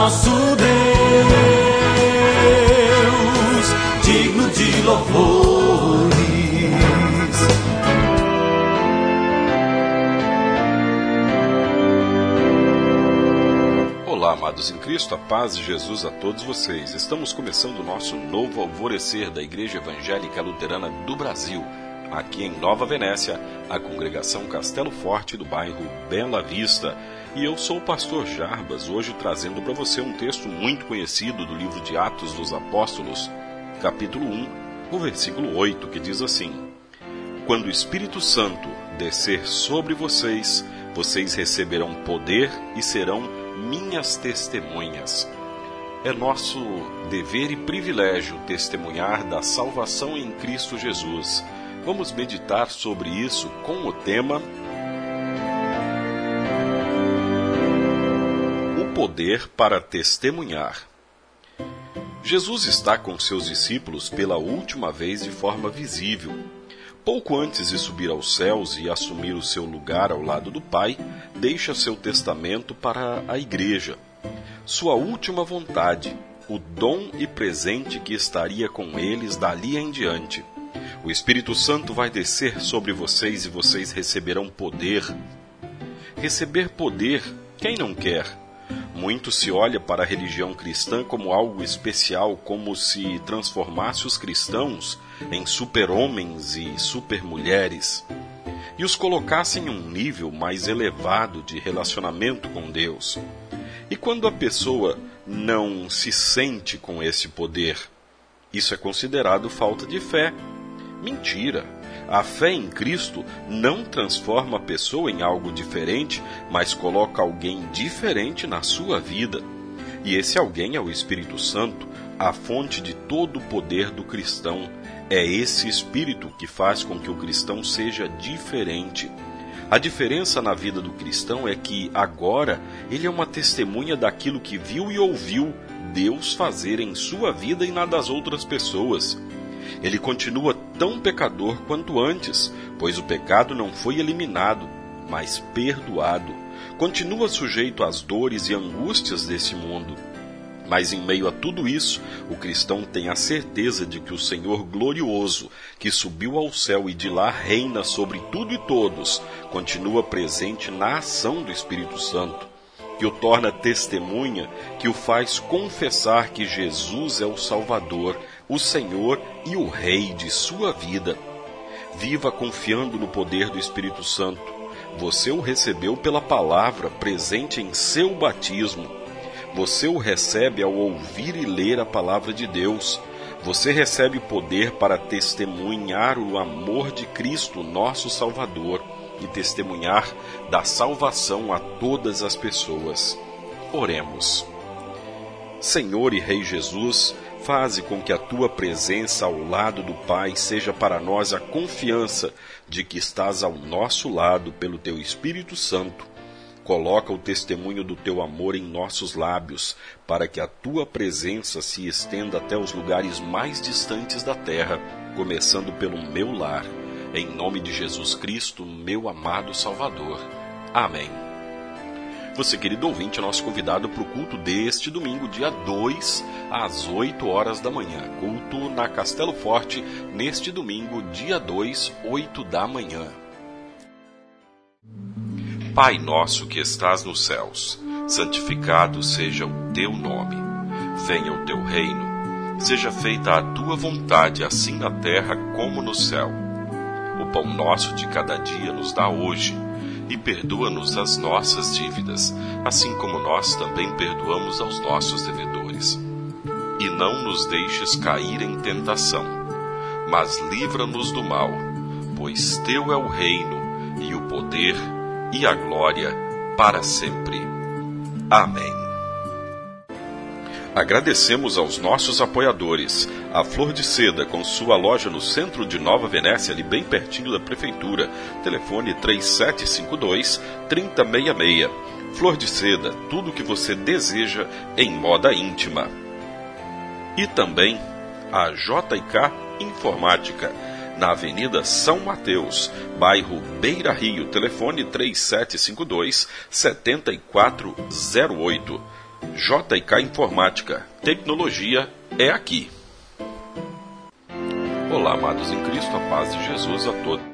nosso Deus, digno de louvores. Olá, amados em Cristo, a paz de Jesus a todos vocês. Estamos começando o nosso novo alvorecer da Igreja Evangélica Luterana do Brasil, aqui em Nova Venécia, a congregação Castelo Forte do bairro Bela Vista. E eu sou o pastor Jarbas, hoje trazendo para você um texto muito conhecido do livro de Atos dos Apóstolos, capítulo 1, o versículo 8, que diz assim: Quando o Espírito Santo descer sobre vocês, vocês receberão poder e serão minhas testemunhas. É nosso dever e privilégio testemunhar da salvação em Cristo Jesus. Vamos meditar sobre isso com o tema O poder para testemunhar. Jesus está com seus discípulos pela última vez de forma visível. Pouco antes de subir aos céus e assumir o seu lugar ao lado do Pai, deixa seu testamento para a Igreja. Sua última vontade, o dom e presente que estaria com eles dali em diante. O Espírito Santo vai descer sobre vocês e vocês receberão poder. Receber poder, quem não quer? Muito se olha para a religião cristã como algo especial, como se transformasse os cristãos em super-homens e super-mulheres e os colocasse em um nível mais elevado de relacionamento com Deus. E quando a pessoa não se sente com esse poder, isso é considerado falta de fé. Mentira! A fé em Cristo não transforma a pessoa em algo diferente, mas coloca alguém diferente na sua vida. E esse alguém é o Espírito Santo, a fonte de todo o poder do cristão. É esse Espírito que faz com que o cristão seja diferente. A diferença na vida do cristão é que agora ele é uma testemunha daquilo que viu e ouviu Deus fazer em sua vida e na das outras pessoas. Ele continua tão pecador quanto antes, pois o pecado não foi eliminado, mas perdoado. Continua sujeito às dores e angústias desse mundo. Mas em meio a tudo isso, o cristão tem a certeza de que o Senhor glorioso, que subiu ao céu e de lá reina sobre tudo e todos, continua presente na ação do Espírito Santo, que o torna testemunha, que o faz confessar que Jesus é o Salvador, o Senhor e o Rei de sua vida. Viva confiando no poder do Espírito Santo. Você o recebeu pela palavra presente em seu batismo. Você o recebe ao ouvir e ler a palavra de Deus. Você recebe poder para testemunhar o amor de Cristo, nosso Salvador, e testemunhar da salvação a todas as pessoas. Oremos. Senhor e Rei Jesus, faze com que a tua presença ao lado do Pai seja para nós a confiança de que estás ao nosso lado pelo teu Espírito Santo. Coloca o testemunho do teu amor em nossos lábios, para que a tua presença se estenda até os lugares mais distantes da terra, começando pelo meu lar. Em nome de Jesus Cristo, meu amado Salvador. Amém. Você, querido ouvinte, é nosso convidado para o culto deste domingo, dia 2, às 8 horas da manhã. Culto na Castelo Forte, neste domingo, dia 2, 8 da manhã. Pai nosso que estás nos céus, santificado seja o teu nome. Venha o teu reino. Seja feita a tua vontade, assim na terra como no céu. O pão nosso de cada dia nos dá hoje, e perdoa-nos as nossas dívidas, assim como nós também perdoamos aos nossos devedores. E não nos deixes cair em tentação, mas livra-nos do mal, pois teu é o reino, e o poder, e a glória, para sempre. Amém. Agradecemos aos nossos apoiadores, a Flor de Seda, com sua loja no centro de Nova Venécia, ali bem pertinho da Prefeitura. Telefone 3752-3066. Flor de Seda, tudo o que você deseja em moda íntima. E também a JK Informática, na Avenida São Mateus, bairro Beira Rio. Telefone 3752-7408. JK Informática. Tecnologia é aqui. Olá, amados em Cristo, a paz de Jesus a todos.